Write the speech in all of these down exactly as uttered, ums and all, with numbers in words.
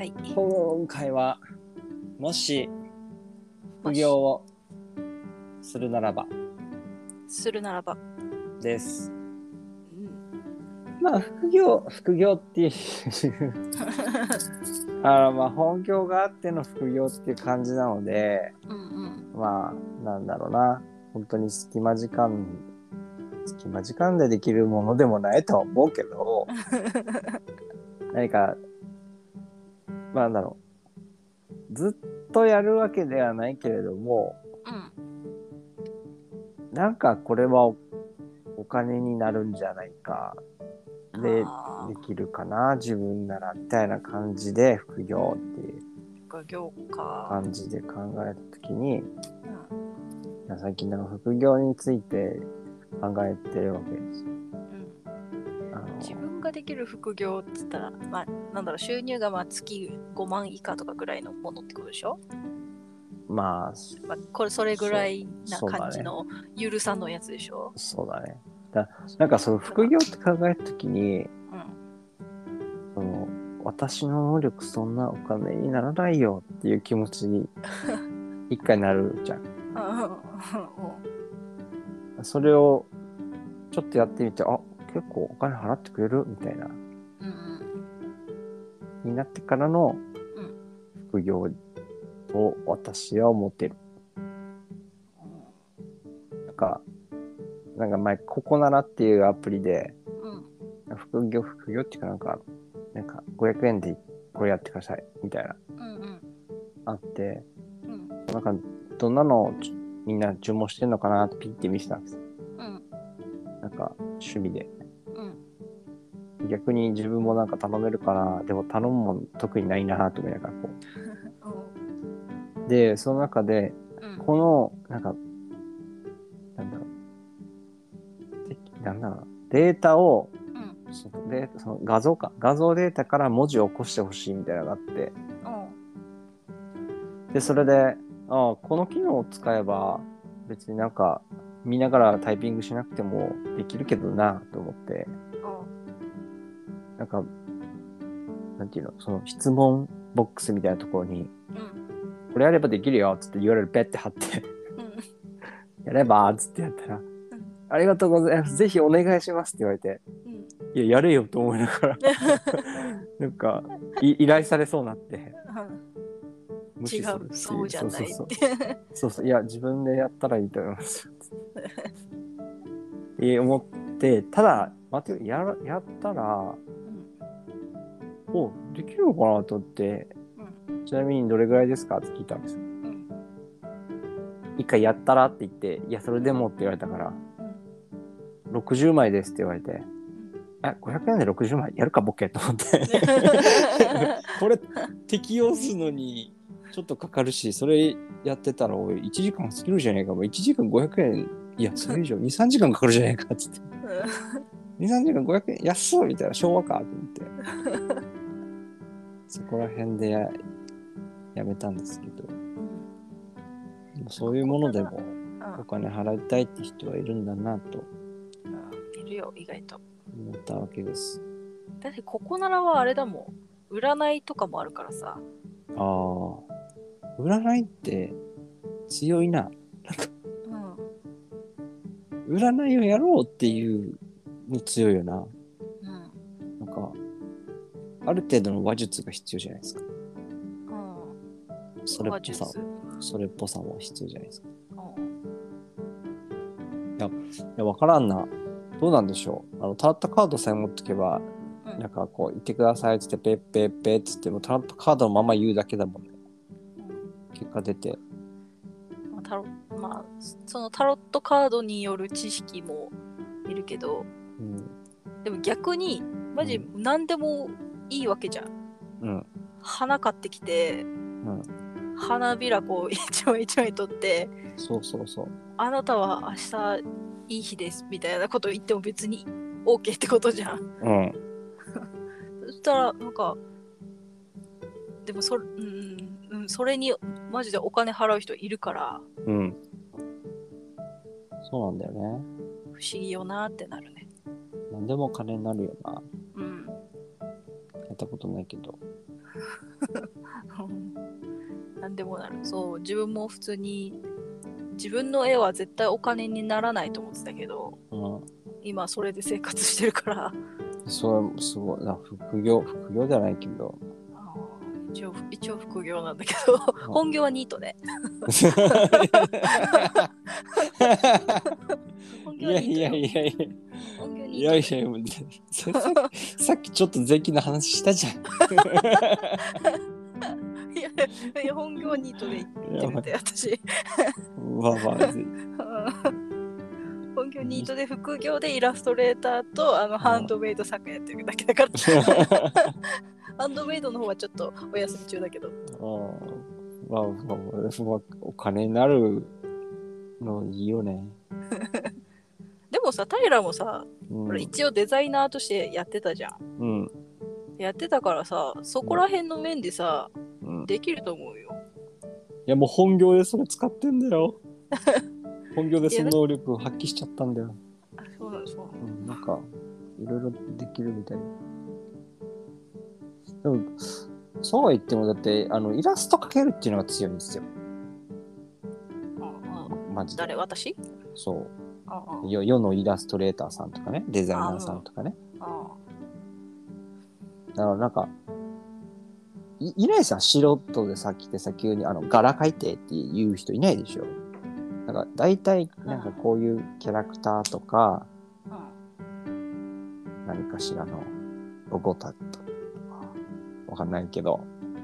はい。 今回はもし副業をするならばするならば。 です。 うん、 まあ副業副業っていうあのまあ本業があっての副業っていう感じなので、 うんうん、 まあなんだろうな、本当に隙間時間隙間時間でできるものでもないとは思うけど何かまあなんだろう、ずっとやるわけではないけれども、 うん、 なんかこれは お, お金になるんじゃないかであできるかな自分ならみたいな感じで副業っていう副業か。 感じで考えたときに、 うん、 最近なんか副業について考えてるわけです。 うん、 あの自分ができる副業って言ったら、まあ、なんだろう、収入がまあ月ごまん以下とかぐらいのものってことでしょ。 まあ、 まあ、これそれぐらいなそうだね。 感じのゆるさのやつでしょ。 そうだね。だなんかその副業って考えるときに、 うん、 その私の能力そんなお金にならないよっていう気持ちに一回なるじゃん。それをちょっとやってみて、あ、結構お金払ってくれるみたいな、 うんうんになってからのうん副業と私は思ってる。なんか、なんか前、ココナラっていうアプリで、 うん副業、副業っていうかなんか、なんかごひゃくえんでこれやってくださいみたいな、 うんうんあって、 うんなんかどんなのをみんな注文してんのかなってピッて見せたんです。 うんなんか趣味で。 うん逆に自分もなんか頼めるから、でも頼むもん特にないなと思いながらこう。で、その中で、 うんこの、なんか、なんだろう、なんだろう、データを、 うんそのデータその画像か、画像データから文字を起こしてほしいみたいなのがあって、で、それで、ああ、この機能を使えば、別になんか、見ながらタイピングしなくてもできるけどなと思って、なんか、なんていうの、その質問ボックスみたいなところに、これやればできるよっつって ユーアールエル ペッて貼ってやればっつってやったら、ありがとうございます。ぜひお願いしますって言われて、いや、やれよと思いながら、なんかい、依頼されそうになって、無視するっていう。 違う、そうじゃないって。 そうそうそう。そうそう、いや、自分でやったらいいと思いますよ。って思って、ただ、待って、やら、やったら、お、できるのかなと思って、ちなみにどれぐらいですかって聞いたんですよ。一回やったらって言って、いや、それでもって言われたから、ろくじゅうまいですって言われて、え、ごひゃくえんでろくじゅうまいやるかボケと思って。これ適用するのにちょっとかかるし、それやってたらおいいちじかん過ぎるじゃねえか、もういちじかんごひゃくえん、いや、それ以上に、さんじかんかかるじゃねえかっつって。に、さんじかんごひゃくえん安いみたいな、昭和かと思って。そこら辺で や, やめたんですけど、でもそういうものでもお金払いたいって人はいるんだなといるよ、意外と思ったわけです。 だってココナラはあれだもん、占いとかもあるからさ。 ああ、占いって強いな。なんか、うん、占いをやろうっていうの強いよな。うん、なんかある程度の話術が必要じゃないですか。うん、それっぽさ、それっぽさも必要じゃないですか。うん、いや、いや分からんな。どうなんでしょう。あのタロットカードさえ持っとけば、うん、なんかこう言ってくださいっつってペッペッペッつってもタロットカードのまま言うだけだもんね。結果出て。 まあ、タロまあ、そのタロットカードによる知識もいるけど、うん、でも逆にマジ何でもいいわけじゃん。うん、花買ってきて、うん、花びらこう一枚一枚取って、 そうそうそう。 あなたは明日いい日ですみたいなこと言っても別に OK ってことじゃん。うん。そしたらなんかでもそれ、うんうん、それにマジでお金払う人いるから。うん。 そうなんだよね。 不思議よなってなるね。 何でも金になるよな。 うん。 やったことないけど。 なんでもなる。そう、自分も普通に自分の絵は絶対お金にならないと思ってたけど、うん、今それで生活してるから。 そうすごいな、副業副業じゃないけど。 一応一応副業なんだけど、本業はニートね。 いやいやいやいや。本業ニート、ね。いやいやもうさ, さっきちょっと税金の話したじゃん。 いやいや本業はニートで言ってるんだよ私。 まあまあ。 本業ニートで副業でイラストレーターとあのハンドメイド作家やってるだけだから。ハンドメイドの方はちょっとお休み中だけど。 あまあ、まあ、まあ、お金になるのいいよね。 でもさ、平もさ、うん、一応デザイナーとしてやってたじゃん。うん。やってたからさ、そこら辺の面でさ、うん、できると思うよ。 いやもう本業でそれ使ってんだよ。本業でその能力を発揮しちゃったんだよ。 あ、そうなの、そうなの。 うん、なんか、いろいろできるみたいな。でも、そうは言っても、だって、あの、イラスト描けるっていうのが強いんですよ。 ああ、マジで。誰、私？ そう。ああ、世, 世のイラストレーターさんとかね、デザイナーさんとかね。ああ、だからなんか、い, いないじゃん、素人でさっきてさ、急にあの柄描いてって言う人いないでしょ。なんか大体なんかこういうキャラクターとか、うん、何かしらのロゴタットとかわかんないけど、うん、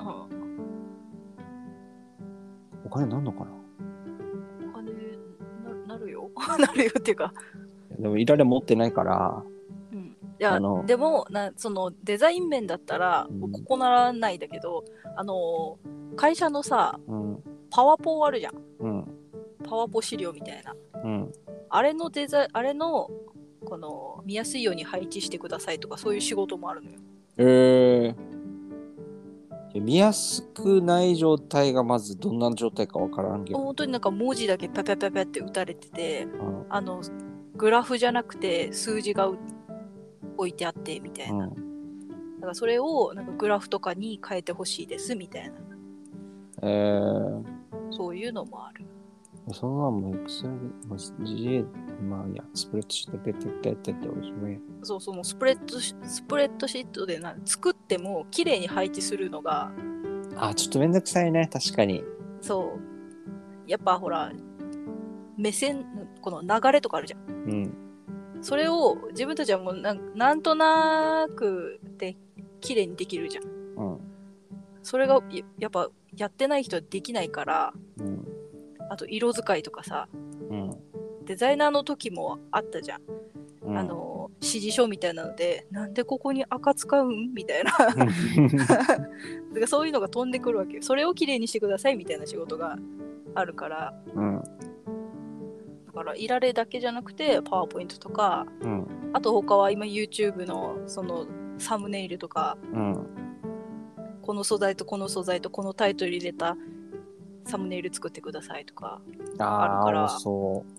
お金なんのかな。 お金 な, なるよなるよっていうか、 でもいられ持ってないから。 うん、いやでもな、そのデザイン面だったら、うん、ここならないだけど、あの会社のさ、うん、パワポあるじゃん、うん、パワポ資料みたいな、うん、あれのデザイン、あれのこの見やすいように配置してくださいとか、そういう仕事もあるのよ。 えー、見やすくない状態がまずどんな状態かわからんけど、 本当になんか文字だけペペペペって打たれてて、うん、あのグラフじゃなくて数字が置いてあってみたいな、うん、だからそれをなんかグラフとかに変えてほしいですみたいな、えー、そういうのもある。 そのままもう Excel も ジーエー まあいやスプレッドシートペッペッペッペッっておしまい。 そうそう、もうスプレッドスプレッドシートでな作っても綺麗に配置するのが、 あ、ちょっとめんどくさいね、確かに。 そうやっぱほら目線この流れとかあるじゃん、うん、それを自分たちはもう な, なんとなくで綺麗にできるじゃん、うん、それがやっぱやってない人はできないから、うん、あと色使いとかさ、うん、デザイナーの時もあったじゃん、うん、あの指示書みたいなのでなんでここに赤使うんみたいなだからそういうのが飛んでくるわけよ。それをきれいにしてくださいみたいな仕事があるから、うん、だからいられだけじゃなくてパワーポイントとか、うん、あと他は今 YouTube のそのサムネイルとか、うん、この素材とこの素材とこのタイトル入れたサムネイル作ってくださいとかあるから、 そう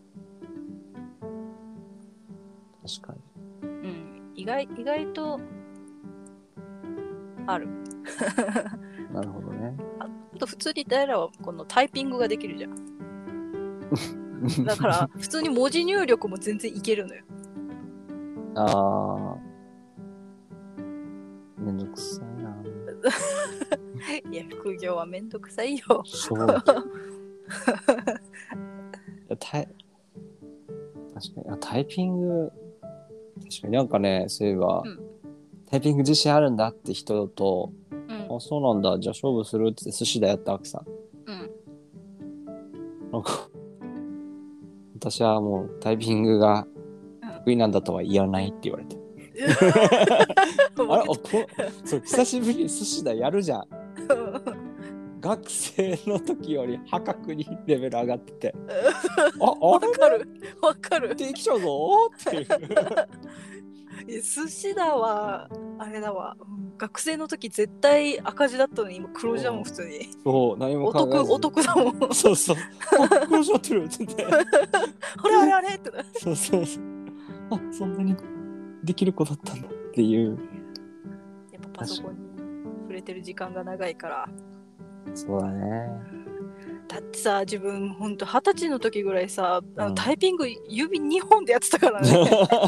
確かに、うん、意外意外とあるなるほどね。 あと普通に誰らはこのタイピングができるじゃんだから普通に文字入力も全然いけるのよ。あーめんどくさいないや副業はめんどくさいよ。そうタイ確かにタイピング確かになんかね、そういえば、うん、タイピング自信あるんだって人と、うん、あそうなんだじゃあ勝負するって寿司だやったわけさ、うん、なんか私はもうタイピングが得意なんだとは言わないって言われて、うん、あれおこそう久しぶりに寿司だやるじゃん学生の時より破格にレベル上がっててあ、あれわかるわかるできちゃうぞっていう寿司だわあれだわ、うん、学生の時絶対赤字だったのに今黒字だもん普通に。 そう何も考えずお得お得だもんそうそう黒字なってるって言ってあれあれあれってそうそうそうあそんなにできる子だったんだっていう。 やっぱパソコンに触触れてる時間が長いから。 そうだね。 だってさ、自分ほんと二十歳の時ぐらいさ、あの、 うん、 タイピング指にほんでやってたからね。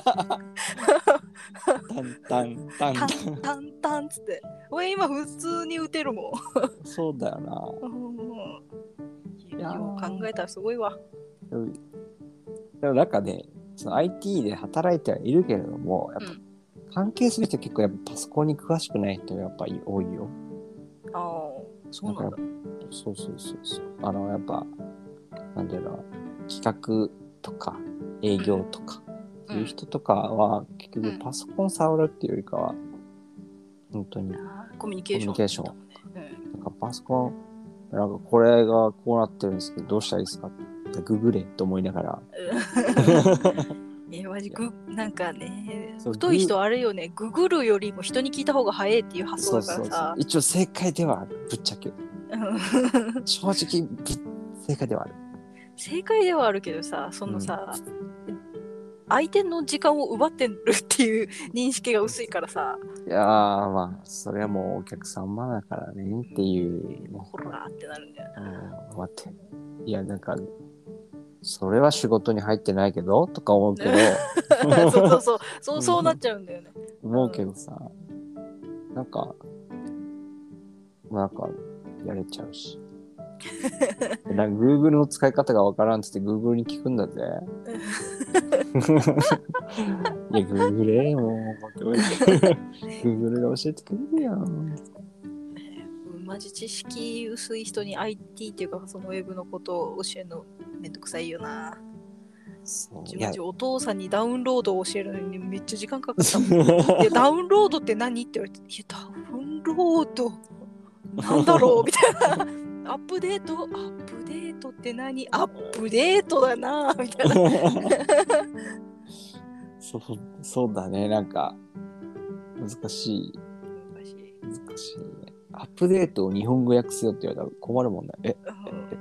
タンタンタンタンタンタンつって。俺今普通に打てるもん。 そうだよな。 いやよう考えたらすごいわ。 でもなんかね、その アイティー で働いてはいるけれども、やっぱ関係する人結構やっぱパソコンに詳しくない人がやっぱり多いよ。 ああ、そうなんだ。 そうそうそうそう。あのやっぱなんだろう、企画とか営業とか、うん、いう人とかは結局パソコン触るっていうよりかは、うん、本当にコミュニケーション。 コミュニケーション。うん、なんかパソコンなんかこれがこうなってるんですけどどうしたらいいですかってググれと思いながら。 えマジグなんかね、太い人あれよね、ググるよりも人に聞いた方が早いっていう発想だからさ。そうそうそう、 一応正解ではある、ぶっちゃけ。正直正解ではある。 正解ではあるけどさ、そのさ、うん、相手の時間を奪ってるっていう認識が薄いからさ。 いやーまあそれはもうお客様だからねっていう。 ほらーってなるんだよな。 うん、待って。いやなんか。それは仕事に入ってないけどとか思うけどそうそうそうそうそうなっちゃうんだよね。 思うけどさ、なんかなんかやれちゃうしなんか Google の使い方がわからんっつって Google に聞くんだぜ。いや Google もう Google が教えてくれるよ。 マジ知識薄い人に アイティー っていうかそのウェブのことを教えるのめんどくさいよな。自分お父さんにダウンロードを教えるのにめっちゃ時間かかったもん。いやダウンロードって何って言われて、いやダウンロードなんだろうみたいな。アップデートアップデートって何アップデートだなみたいな。 そうそうだね、なんか難しい難しい難しいね。アップデートを日本語訳せよって言われたら困るもんね。え、 うん、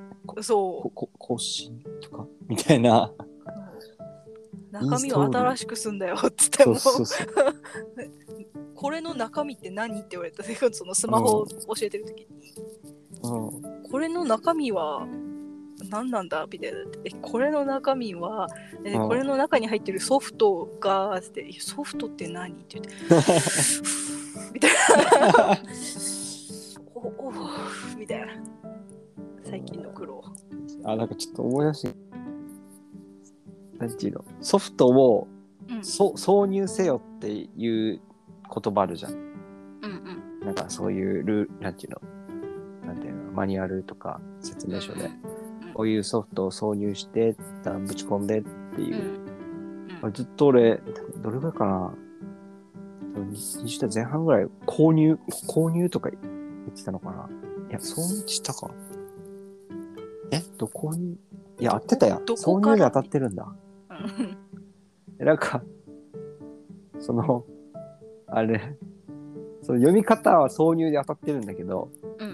そうこ更新とかみたいな。 中身を新しくすんだよって言ってもそうそうそうこれの中身って何って言われたそのスマホを教えてる時に、うん、これの中身は何なんだみたいな。えこれの中身は、えこれの中に入ってるソフトがってソフトって何って言ってみたいなおおみたいな最近の苦労。 あ、なんかちょっと思い出しなんていうのソフトを、うん、そ挿入せよっていう言葉あるじゃん。うんうん。なんかそういうルールなんていうのなんていうのマニュアルとか説明書で、うんうん、こういうソフトを挿入してぶち込んでっていう、うんうん、ずっと俺どれぐらいかなにじゅうだいぜん半ぐらい購入購入とか言ってたのかな。いや挿入したかえっと購入いや合ってたや挿入で当たってるんだ。なんかそのあれその読み方は挿入で当たってるんだけど、うん、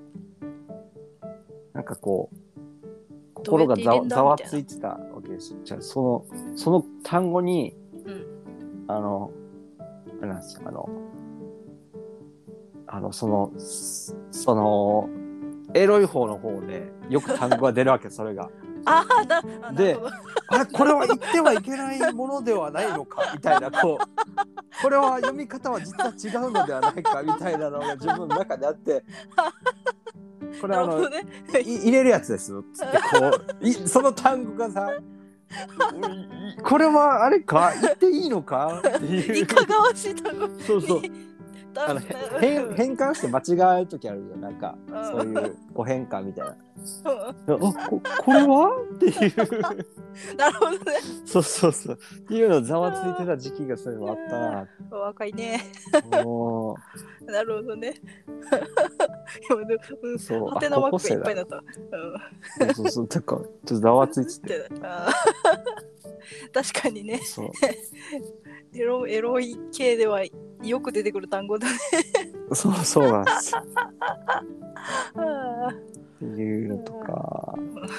なんかこう心がざわ、ざわついてたわけです。じゃあそのその単語に、うん、あのあれなんですよあのあのそのそのエロい方の方でよく単語が出るわけそれが。 あだあで、あれこれは言ってはいけないものではないのかみたいなこうこれは読み方は実は違うのではないかみたいなのが自分の中であってこれあの、ね、入れるやつですよつってこういその単語がさこれはあれか言っていいのかっていういかがわしい単語そうそうあの変変換して間違える時あるよなんかそういう誤変換みたいなあ こ, これはっていうなるほどねそうそうそうっていうのざわついてた時期がそういうのあったな。 若いねもうなるほどねそうハテナマークがいっぱいだった、 うん、そうそうそうてかちょっとざわついてて確かにねそうエロ、エロい系ではよく出てくる単語だねそうそうなんですっていうのとか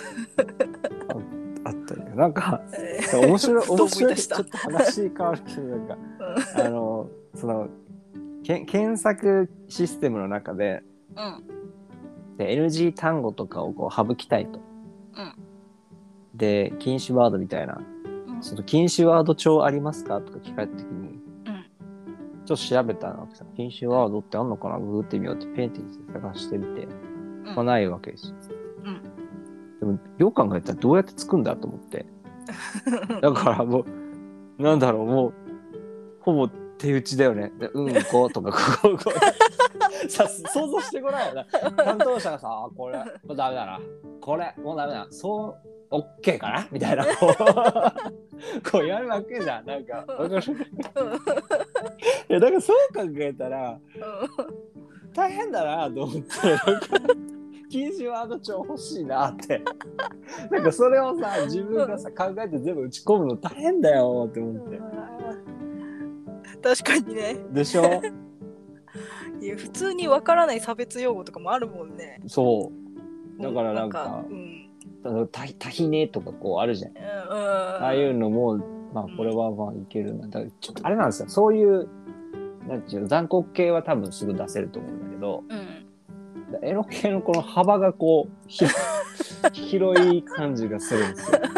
あ, あったよなんか、えー、面白い面白いちょっと話変わるけどなんかあのそのけ検索システムの中で、 うん、 で エヌジー 単語とかをこう省きたいと。 うん、 で禁止ワードみたいな、 うん、 その禁止ワード帳ありますかとか聞かれた時に、 うん、 ちょっと調べたら禁止ワードってあんのかな、ググってみようってペンって探してみて、 うん、 まあ、ないわけですよ。 うん、 でもよく考えたらどうやってつくんだと思って、だからもうなんだろう、もうほぼ手打ちだよね。でうんことかこうこうさ想像してごらんよな。担当者がさ、あこれもうダメだな、これもうダメだな、そうオッケーかなみたいなこうこうやるわけじゃん。なんかわかる。いやだからそう考えたら大変だなと思って、なんか禁止ワード帳欲しいなって。なんかそれをさ自分がさ考えて全部打ち込むの大変だよって思って。 確かにね。 でしょ。 いや普通にわからない差別用語とかもあるもんね。 そうだからなんか、なんかうん、たたひねとかこうあるじゃん、うん、ああいうのもまあこれはまあいけるな。だからちょっとあれなんですよ、そういうなんていうの残酷系は多分すぐ出せると思うんだけど、うん、エロ系のこの幅がこう広い感じがするんですよ。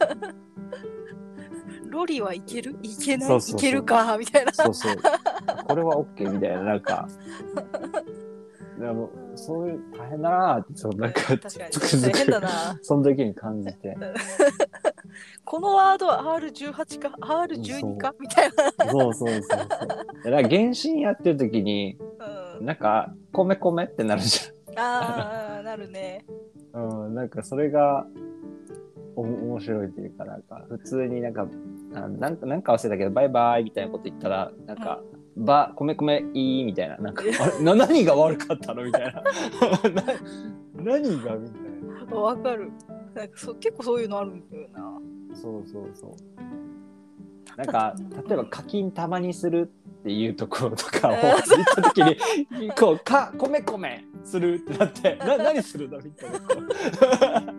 ロリはいけるいけない、そうそうそう、いけるかみたいな。 そうそう。これは OK みたいな、なんか。でもそういう大変だなってそうなんか確かに大変だな。その時に感じて。 このワードは アールじゅうはち か アールじゅうに かみたいな。 そうそうそうそう。だから原神やってる時に、うん、なんか米米ってなるじゃん。 ああなるね。 うん、なんかそれがお面白いっていうか、なんか普通になんかなんかなんか忘れたけどバイバイみたいなこと言ったらなんか、うん、ば米米いいみたいな、なんかあれな何が悪かったのみたいな。な何がみたいな。 わかる。なんかそ結構そういうのあるんだよな。 そうそうそう。なんか例えば課金たまにするっていうところとかを言った時にこうか米米するってなってな何するのみたいな。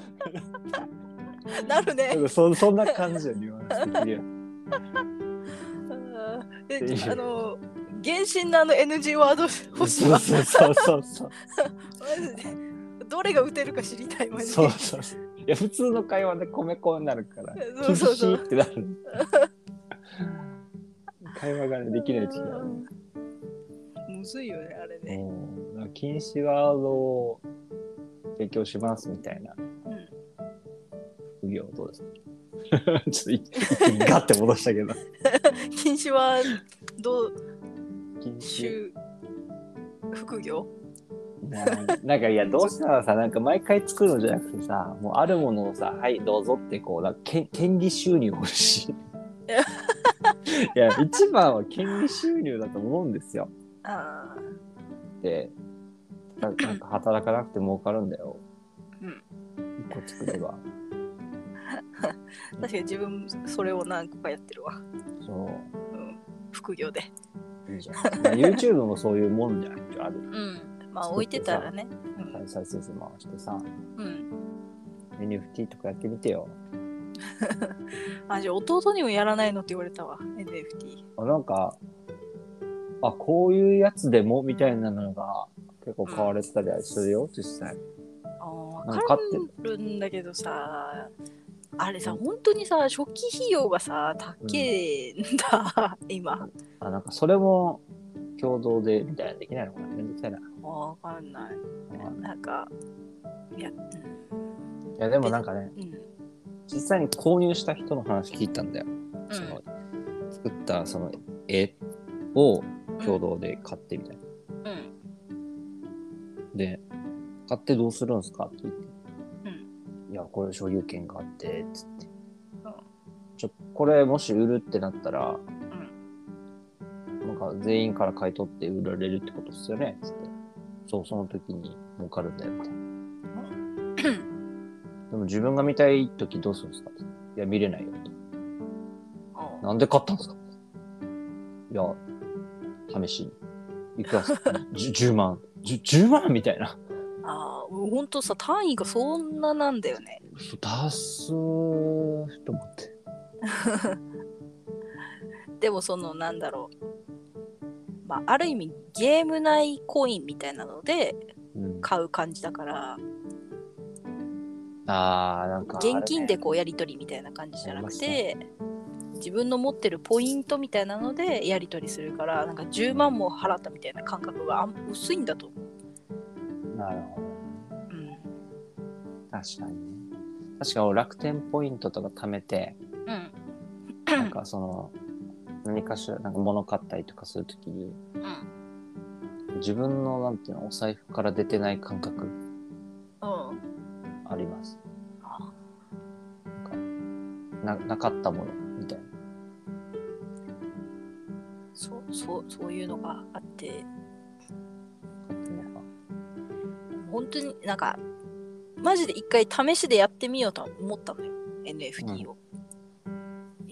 なるね。 そ, そんな感じよニュアンス的には。 えあの原神のあの エヌジー ワード欲しいわ。 そうそうそうそうマジでどれが打てるか知りたいマジで。 そうそうそう。いや普通の会話で米粉になるからそうそうそうってなる。会話ができない時がある。 むずいよねあれね。 禁止ワードを提供しますみたいな。副業どうですか？ちょっと一気にガッて戻したけど。 禁止はどう？禁止副業？ なんかいやどうしたらさ、なんか毎回作るのじゃなくてさ、もうあるものをさ、はいどうぞってこうなんか権利収入欲しい。いや一番は権利収入だと思うんですよ。あでなんか働かなくて儲かるんだよ。うん。一個作れば。 確かに自分それを何個かやってるわ。 そう、 うん、副業でいいじゃん、まあ、YouTube もそういうもんじゃんある。 うんまあ置いてたらね、 うん、再生数回してさ、うん、エヌエフティー とかやってみてよ。 あじゃあ弟にもやらないのって言われたわ エヌエフティー。 あなんかあこういうやつでもみたいなのが結構買われてたりするよ、うん、実際。 あ分かるんだけどさあれさ、本当にさ、初期費用がさ、高えんだ、うん、今。 あ、なんかそれも共同でみたいなできないのかな、めんどくさいな。 わかんない。なんか、いや、うん、いやでもなんかね、うん、実際に購入した人の話聞いたんだよ。うん、その作ったその絵を共同で買ってみたいな。うん。で、買ってどうするんですかって言って。いやこれ所有権があってつって、うん、ちょこれもし売るってなったら、うん、なんか全員から買い取って売られるってことですよねつって。そうその時に儲かるんだよみたいな、うん、でも自分が見たい時どうするんですかって。いや見れないよと、うん、なんで買ったんですか。いや試しにいくらですかじゅうまん 10, じゅうまんみたいな。 ああ、ほんとさ、単位がそんななんだよね。 出すと思って。 でもそのなんだろう。 まあ、ある意味ゲーム内コインみたいなのでうん、 買う感じだから、 あーなんかあるね、 現金でこうやり取りみたいな感じじゃなくて、自分の持ってるポイントみたいなのでやり取りするから、なんかじゅうまんも払ったみたいな感覚があん薄いんだと思う。 なるほど、 うん、 確かにね。確か楽天ポイントとか貯めて、 うん、 なんかその何かしらなんか物買ったりとかするときに、 うん、 自分のなんていうのお財布から出てない感覚うん、 あります。 あなんかななかったものみたいな。 そうそうそういうのがあって、本当になんかマジで一回試しでやってみようと思ったのよ、 エヌエフティー を、うん、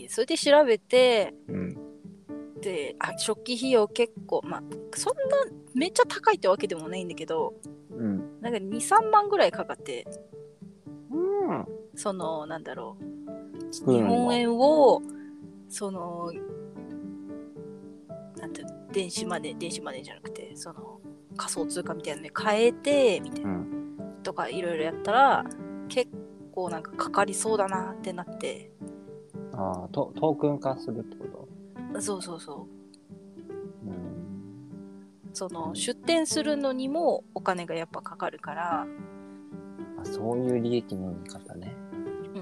それで調べて、 うん、 であ初期費用結構まあそんなめっちゃ高いってわけでもないんだけど、 うん、 なんかにさんまんぐらいかかって、 うん、 そのなんだろう、日作るのには本円をそのなんていうの、電子マネー電子マネーじゃなくてその仮想通貨みたいなのに変えてみたいな、うん、とかいろいろやったら結構なんかかかりそうだなってなって、 ああ、トークン化するってこと？ そうそうそう、 うん、 その出店するのにもお金がやっぱかかるから、 あ、そういう利益の見方ね。 うん、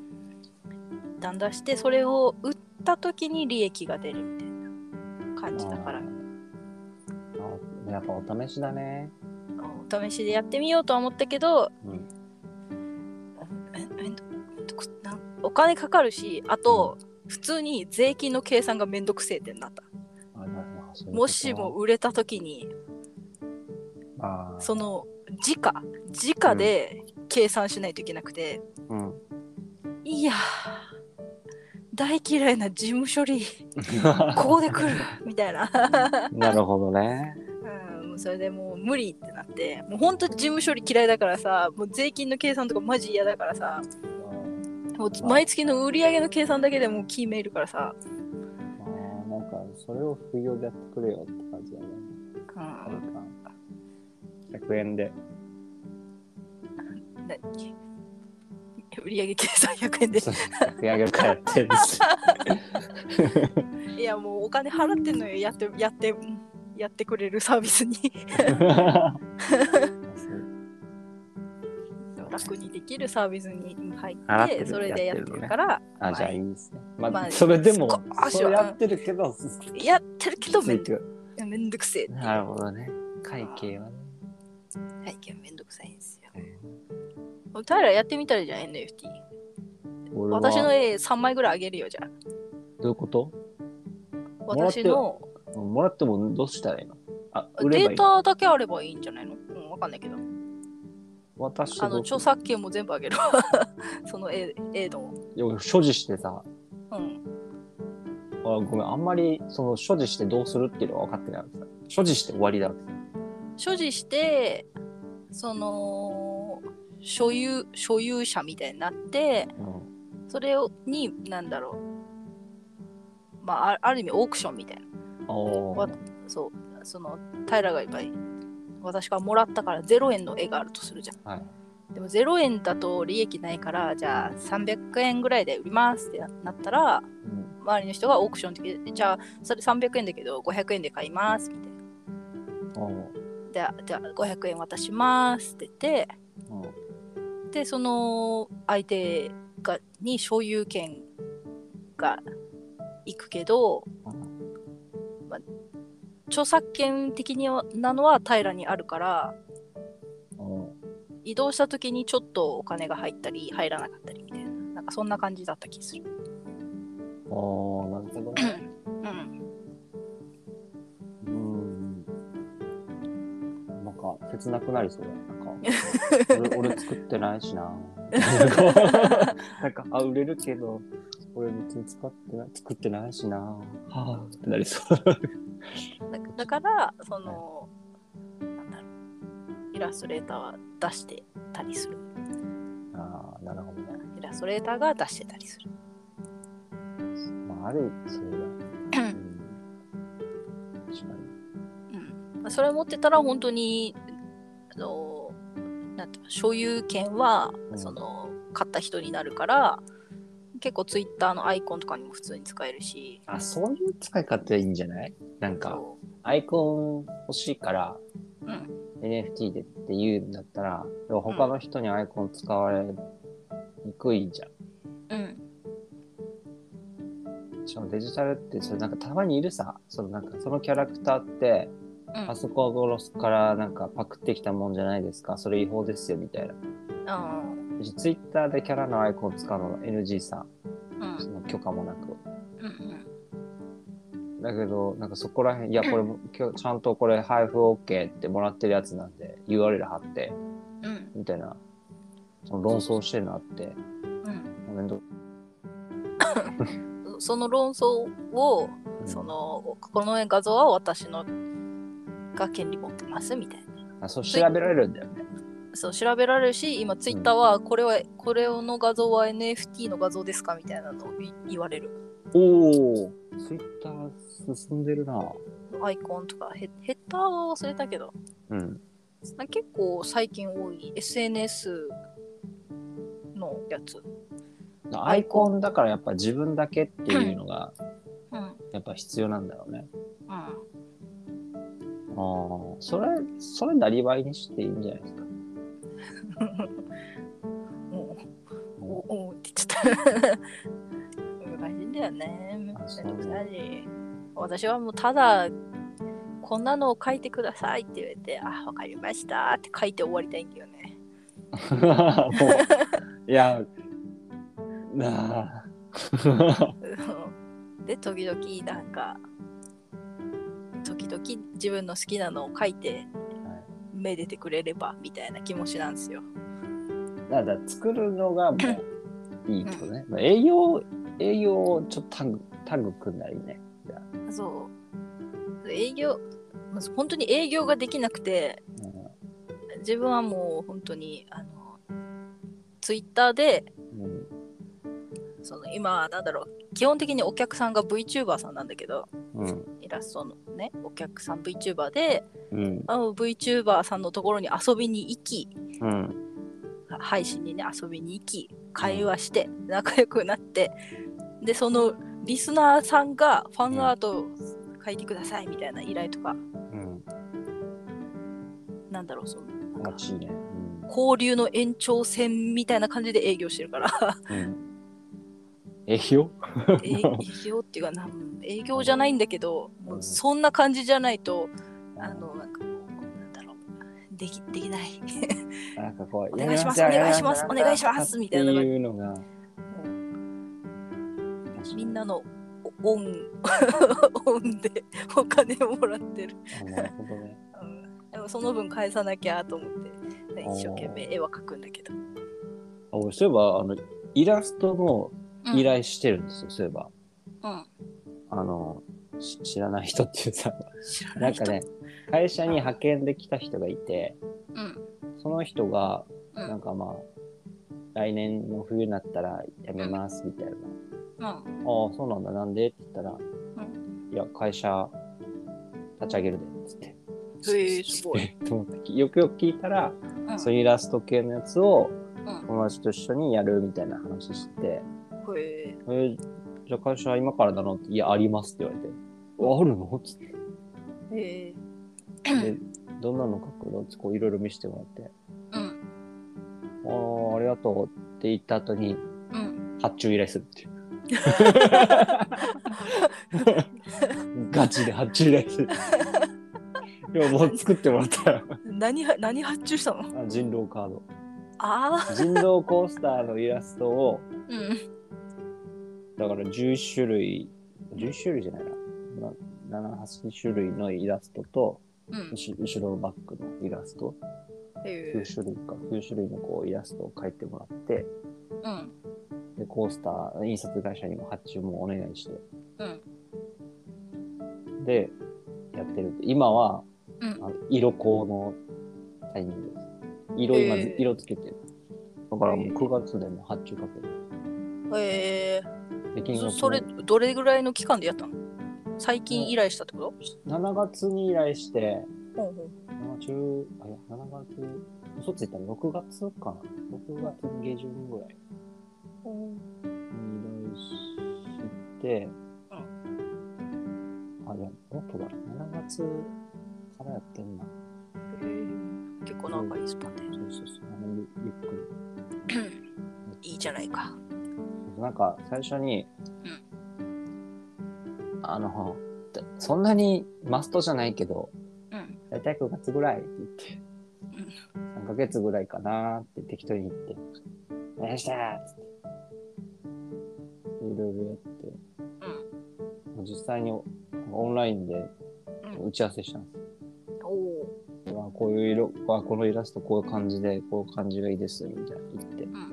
段出してそれを売った時に利益が出るみたいな感じだから、 あ、やっぱお試しだね。 お試しでやってみようとは思ったけど、うん、お金かかるし、あと、うん、普通に税金の計算がめんどくせえってなった。あ、なるほど。もしも売れた時に、あ、その時価時価で計算しないといけなくて、うん、いや大嫌いな事務処理ここで来るみたいななるほどね、 うん、もうそれでもう無理ってなって、もうほんと事務処理嫌いだからさ、もう税金の計算とかマジ嫌だからさ、もう毎月の売り上げの計算だけでもうキーメールからさ、 まあなんかそれを副業でやってくれよって感じだね。うん、ひゃくえんで何売り上げ計算ひゃくえんでひゃくえんあげるからやってるんですいやもうお金払ってんのよ、やってやってやってくれるサービスに楽にできるサービスに入って、それでやってるから、 あ、まあ、じゃあいいですね。まあ、まあ、それでもそうやってるけど、 やってるけどめんめんどくせえって。 なるほどね。会計はね。 会計はめんどくさいんですよ。平やってみたらじゃん エヌエフティー。私の絵さんまいぐらいあげるよじゃあ。 どういうこと？ 私のもらってもどうしたらいいの？ あ、売ればいい？データだけあればいいんじゃないの？うん、わかんないけど。 私あの著作権も全部あげるその絵の所持してさ、 うん、 あ、ごめん、あんまりその所持してどうするっていうのは分かってないわけさ。所持して終わりだわけさ。 所持してその所有所有者みたいになって、うん、それをになんだろう、まあある意味オークションみたいな。おそうその平がいっぱい私がもらったからゼロえんの絵があるとするじゃん、はい、でもゼロえんだと利益ないから、じゃあさんびゃくえんぐらいで売りますってなったら、うん、周りの人がオークション的で、じゃあそれさんびゃくえんだけどごひゃくえんで買いますみたいな、でじゃあごひゃくえん渡しますって言って、うん、でその相手がに所有権がいくけど、うんまあ、著作権的になのは平にあるから、移動した時にちょっとお金が入ったり入らなかったりみたいな、なんかそんな感じだった気する。 ああ、なるほどね。うん。うん。なんか切なくなりそうだ。なんか俺, 俺作ってないしな。なんかあ売れるけど俺別に使ってない作ってないしな。はあってなりそうだ。 だからその、はい、なんだろう、イラストレーターは出してたりする。 ああ、なるほどね。 イラストレーターが出してたりする。 まああるそうだ、うん。 確かに。うん。それ持ってたら本当に、あの、なんていうの、所有権は、うん、その、買った人になるから、結構ツイッターのアイコンとかにも普通に使えるし。 あ、そういう使い方いいんじゃない？なんか、アイコン欲しいから、うん、エヌエフティー でって言うんだったら、他の人にアイコン使われにくいじゃん。うん。しかもデジタルって、それなんかたまにいるさ、そのなんかそのキャラクターって、うん、パソコンロスからなんかパクってきたもんじゃないですか、それ違法ですよみたいな。ああ。ツイッターでキャラのアイコン使うのが エヌジー さ、うん、その許可もなく。うんうん、だけど、なんかそこら辺、いや、これ、今日ちゃんとこれ配布 OK ってもらってるやつなんで、ユーアールエル 貼って、うん、みたいな、その論争してるのあって、うん、めんどその論争を、うん、その、この画像は私のが権利持ってますみたいな。 あ、そう調べられるんだよね。 そう調べられるし、今ツイッターはこれは、うん、これの画像は エヌエフティー の画像ですかみたいなのを言われる。 おお、ツイッター進んでるな。 アイコンとかヘッダーは忘れたけど、うん、結構最近多い エスエヌエス のやつ。 アイコンだからやっぱ自分だけっていうのがやっぱ必要なんだろうね。うん。ああ、それそれなりわいにしていいんじゃないですか。 おおおって言っちゃった難しいんだよね。難しい。私はもうただこんなのを書いてくださいって言われて、あ、わかりましたって書いて終わりたいんだよね。 いやなあで時々なんか時々自分の好きなのを書いて、はい、めでてくれればみたいな気持ちなんですよ。 だから作るのがもういいってことね。うん、営業営業をちょっとタグタグ組んだりね。じゃあそう営業本当に営業ができなくて、うん、自分はもう本当にあのツイッターで、うん、その今なんだろう基本的にお客さんが VTuber さんなんだけど、うん、イラストのねお客さん VTuber で、うん、あの VTuber さんのところに遊びに行き、うん、配信にね遊びに行き会話して仲良くなって、うん、でそのリスナーさんがファンアートを書いてくださいみたいな依頼とか、うん、なんだろうそのなんかいいね、うん、交流の延長線みたいな感じで営業してるから、うん、 営業営業っていうかな営業じゃないんだけど、もうそんな感じじゃないと、あのなんかもうなんだろうできできないなんかこうお願いしますお願いしますお願いしますみたいなっていうのがみんなのオンオンでお金をもらってる。 なるほどね、 うん、でもその分返さなきゃと思って一生懸命絵は描くんだけど。 あ、俺そういえばあのイラストの依頼してるんですよ、うん、そういえば。うん。あの知らない人っていうさ、なんかね会社に派遣で来た人がいて、うん、その人がなんかまあ、うん、来年の冬になったら辞めますみたいな。うん、ああそうなんだなんでって言ったら、うん、いや会社立ち上げるでっつって。 へえすごい。 と思ってよくよく聞いたら、うん、そういうイラスト系のやつを友達と一緒にやるみたいな話してて、へえー、じゃあ会社今からだのって、いやありますって言われて、うん、あるのっつって。へえでどんなの書くのってこういろいろ見せてもらって、うん、ああありがとうって言った後に、うん、発注依頼するっていう。ガチで発注依頼する。いやもう作ってもらったよ。 何何発注したの？ あ人狼カード。 ああ。 人狼コースターのイラストを、うん、だからじゅういち種類、じゅういち種類じゃないな、なな、はち種類のイラストと、うん、後ろのバッグのイラスト、きゅう種類か、きゅう種類のこうイラストを描いてもらって、うん、でコースター、印刷会社にも発注もお願いして、うん、で、やってる。今は、うん、あの色工のタイミングです。色今、色つけてる。だからもうくがつでも発注かける。 へえー。それどれぐらいの期間でやったの？ 最近依頼したってこと？ しちがつに依頼して、 ほうほう。 中あいやしちがつ、嘘ついたらろくがつかな。ろくがつの下旬ぐらいに依頼して、うん、あ、いや、もっとだ、しちがつからやってんな。 へー、結構長いスパンで。 そうそうそう、あのゆゆっくり。いいじゃないか。 なんか最初に、うん、あの、そんなにマストじゃないけど、うん、だいたいくがつぐらいって言って、うん、さんかげつぐらいかなって適当に言って、お願いしたーっつって、いろいろやって、うん、実際にオンラインで打ち合わせしたんですよ。うん、おこういう色、このイラストこういう感じで、こういう感じがいいですみたいな言って、うん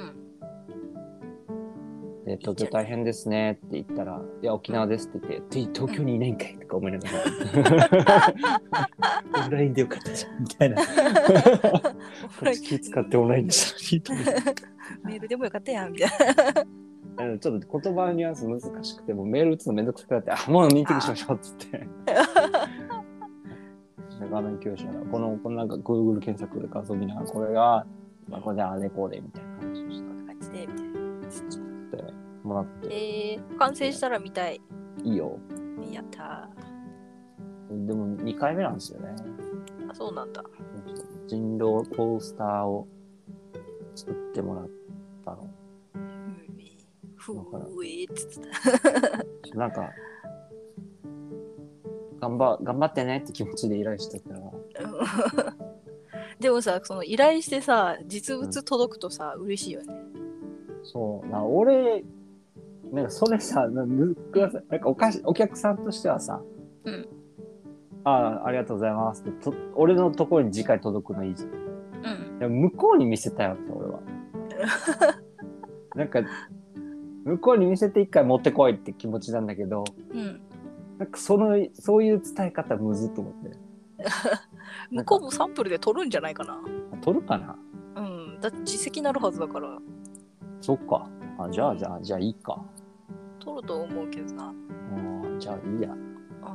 うん、で東京大変ですねって言ったら、いや沖縄ですって言って、東京にいないんかいとか思いながら、オンラインでよかったじゃんみたいな。気使ってオンラインでしたメールでもよかったやんみたいな。 ちょっと言葉のニュアンス難しくて、もうメール打つのめんどくさくなって、あ、もうミーティングしましょうっつって。画面共有しながら、この、このなんか Google 検索で画像見ながら、これが、まあ、これであれこうでみたいな話をした。こんな感じで、みたいな。作ってもらって。 えー、完成したら見たい。 いいよ。 やったー。でもにかいめなんですよね。 あ、そうなんだ。 人狼コースターを作ってもらったの。 ふうえーっつってなんか頑張頑張ってねって気持ちで依頼してたからでもさ、その依頼してさ実物届くとさ、うん、嬉しいよね。 そうな、俺なんかそれさ、なんかおかしお客さんとしてはさ、うん、ああありがとうございますってと俺のところに次回届くのいいじゃん、うん、でも向こうに見せたいわけ俺はなんか向こうに見せて一回持ってこいって気持ちなんだけど、うん、なんかそのそういう伝え方むずっと思って向こうもサンプルで取るんじゃないかな。 取るかな。 うん、だって実績になるはずだから。 そっか。あ、じゃあじゃあじゃあいいか。 取ると思うけどな。 うん、じゃあいいや。うん、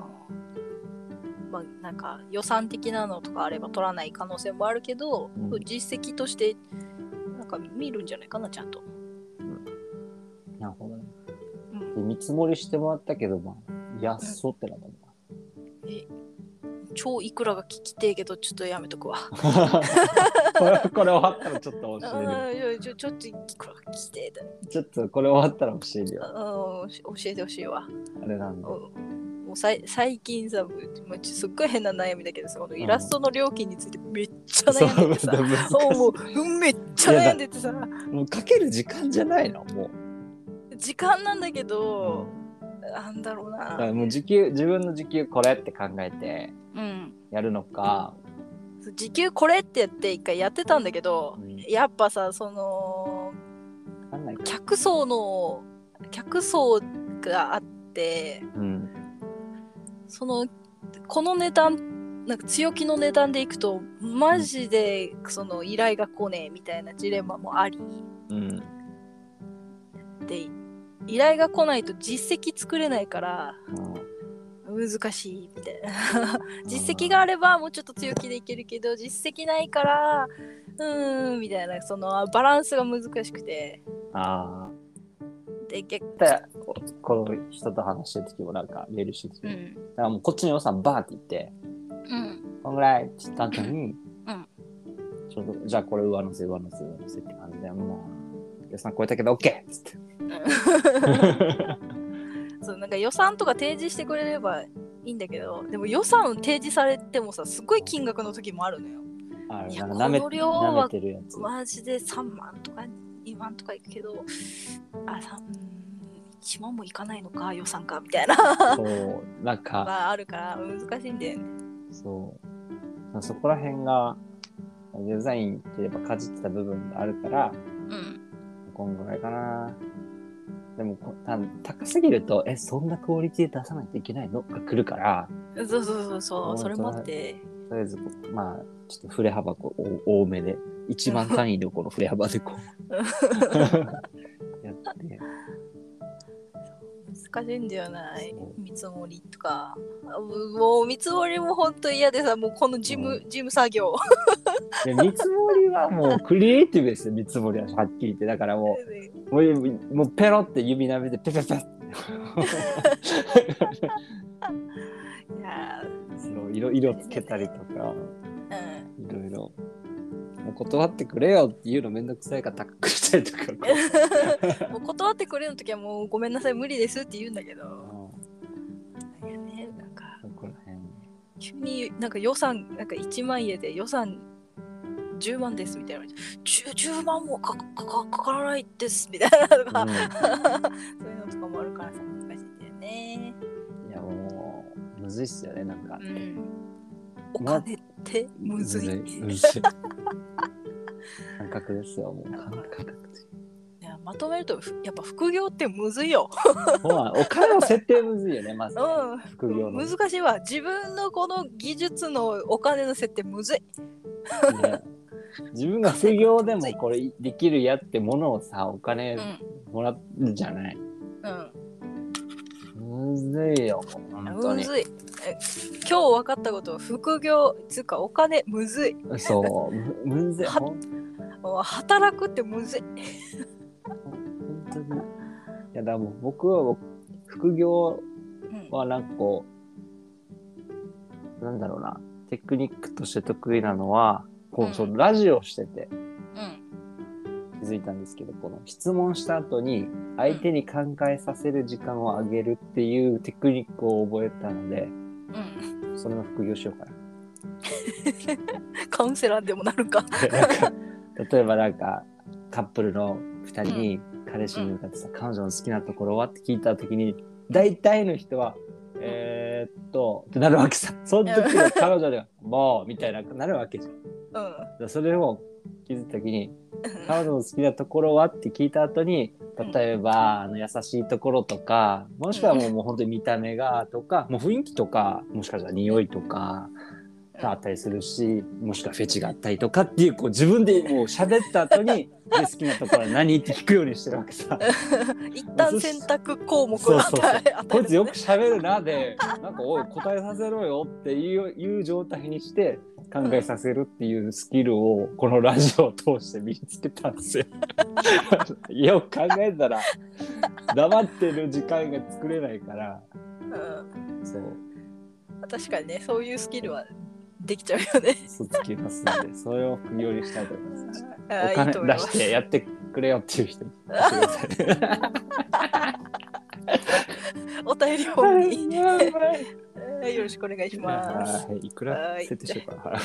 まあなんか予算的なのとかあれば取らない可能性もあるけど、うん、実績としてなんか見るんじゃないかなちゃんと。 なるほどね。うん、見積もりしてもらったけど、まあ、安そうってなったもんな。 え、超いくらが聞きてえけど、ちょっとやめとくわ。 これ、これ終わったらちょっと教える。 いやちょ、ちょっといくらが聞きてえだ。 ちょっとこれ終わったら教えるよ。 うん、教えてほしいわ。 あれなんだ。 もうさい最近さ、すっごい変な悩みだけどさ、このイラストの料金についてめっちゃ悩んでてさ、うん、もうめっちゃ悩んでてさ、 もうかける時間じゃないのもう。 時間なんだけど、うん、なんだろうな。 もう時給自分の時給これって考えてやるのか、 うん、時給これってやって一回やってたんだけど、うん、やっぱさその客層の客層があって、うん、そのこの値段なんか強気の値段でいくとマジでその依頼が来ねえみたいなジレンマもあり、うん、で依頼が来ないと実績作れないから、うん、難しいみたいな実績があればもうちょっと強気でいけるけど実績ないからうーんみたいなそのバランスが難しくて、あで結構この人と話してる時もなんかメールしてて、うん、だからもうこっちの予算バーって言って、うん、こんぐらいって言った後に、うん、ちょっとじゃあこれ上乗せ上乗せ上乗せって感じでもう予算超えたけど OK っつってそうなんか予算とか提示してくれればいいんだけどでも予算提示されてもさすごい金額の時もあるのよ。あいやこの量はマジでさんまんとかにまんとかいくけどあさんいちまんもいかないのか予算かみたいなそうなんか、 まあ、あるから難しいんだよね。 そうそこら辺がデザインってやっぱかじってた部分があるから、うん、こんぐらいかな。でも高すぎるとえそんなクオリティ出さないといけないのが来るからそうそうそうそうそれもあってとりあえずまあちょっと振れ幅こう多めでいちまん単位のこの振れ幅でこうやって難しいんだよな、 そう見積もりとか。もう見積もりも本当嫌でさ、もうこの事務、 うん事務作業。 で見積もりはもうクリエイティブですよ、見積もりははっきり言って。だからもう、もうもうペロって指なめてペペペッ。 いやそう色色つけたりとか、 うん、 いろいろ。もう断ってくれよっていうのめんどくさいから高くしたりとか。 もう断ってくれの時はもうごめんなさい無理ですって言うんだけど。いやね、なんかそこら辺急になんか予算なんかいちまん円で予算じゅうまんですみたいな 10, じゅうまんもか か, か, かからないですみたいなとか、うん、そういうのとかもあるからさ難しいんだよね。 いやもうむずいっすよねなんか、うん、 お金ってむずい、 むずい感覚ですよもう感覚いやまとめるとやっぱ副業ってむずいよお金の設定むずいよねまずね、 うん、 副業の難しいわ。自分のこの技術のお金の設定むずい、 ね、自分が副業でもこれできるやってものをさお金もらうじゃない、うん、むずいよもう本当にむずい。今日分かったこと副業つうかお金むずい。 そうむ, むずいは働くってむずい本当に。いやだからもう僕は副業はなんかこう、うん、なんだろうなテクニックとして得意なのはこう、うん、そうラジオしてて、うん、気づいたんですけどこの質問した後に相手に考えさせる時間をあげるっていうテクニックを覚えたので、うん、それの副業しようかなカウンセラーでもなるか例えばなんかカップルのふたりに彼氏に向かってさ、うん、彼女の好きなところはって聞いた時に大体の人は、うん、えー、っとってなるわけさ。その時の彼女ではもうみたいななるわけじゃん、うん、それを気づいた時に彼女の好きなところはって聞いた後に例えばあの優しいところとかもしくはもう、もう本当に見た目がとかもう雰囲気とかもしかしたら匂いとかがあったりするしもしくはフェチがあったりとかっていうこう自分でもう喋った後にで好きなところは何って聞くようにしてるわけさ一旦選択項目をそうそうそうこいつよく喋るなでなんかおい答えさせろよっていう、いう状態にして考えさせるっていうスキルをこのラジオを通して身につけたんですよよく考えたら黙ってる時間が作れないから、うん、そう確かにねそういうスキルはできちゃうよねそうつきますのでそれを副業にしたいと思いますお金出してやってくれよっていう人にお便り本によろしくお願いします。 はい、いくら設定しようかな。今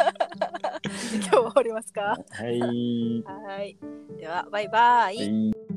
日は終わりますか。 はい。 はい。ではバイバイ。はい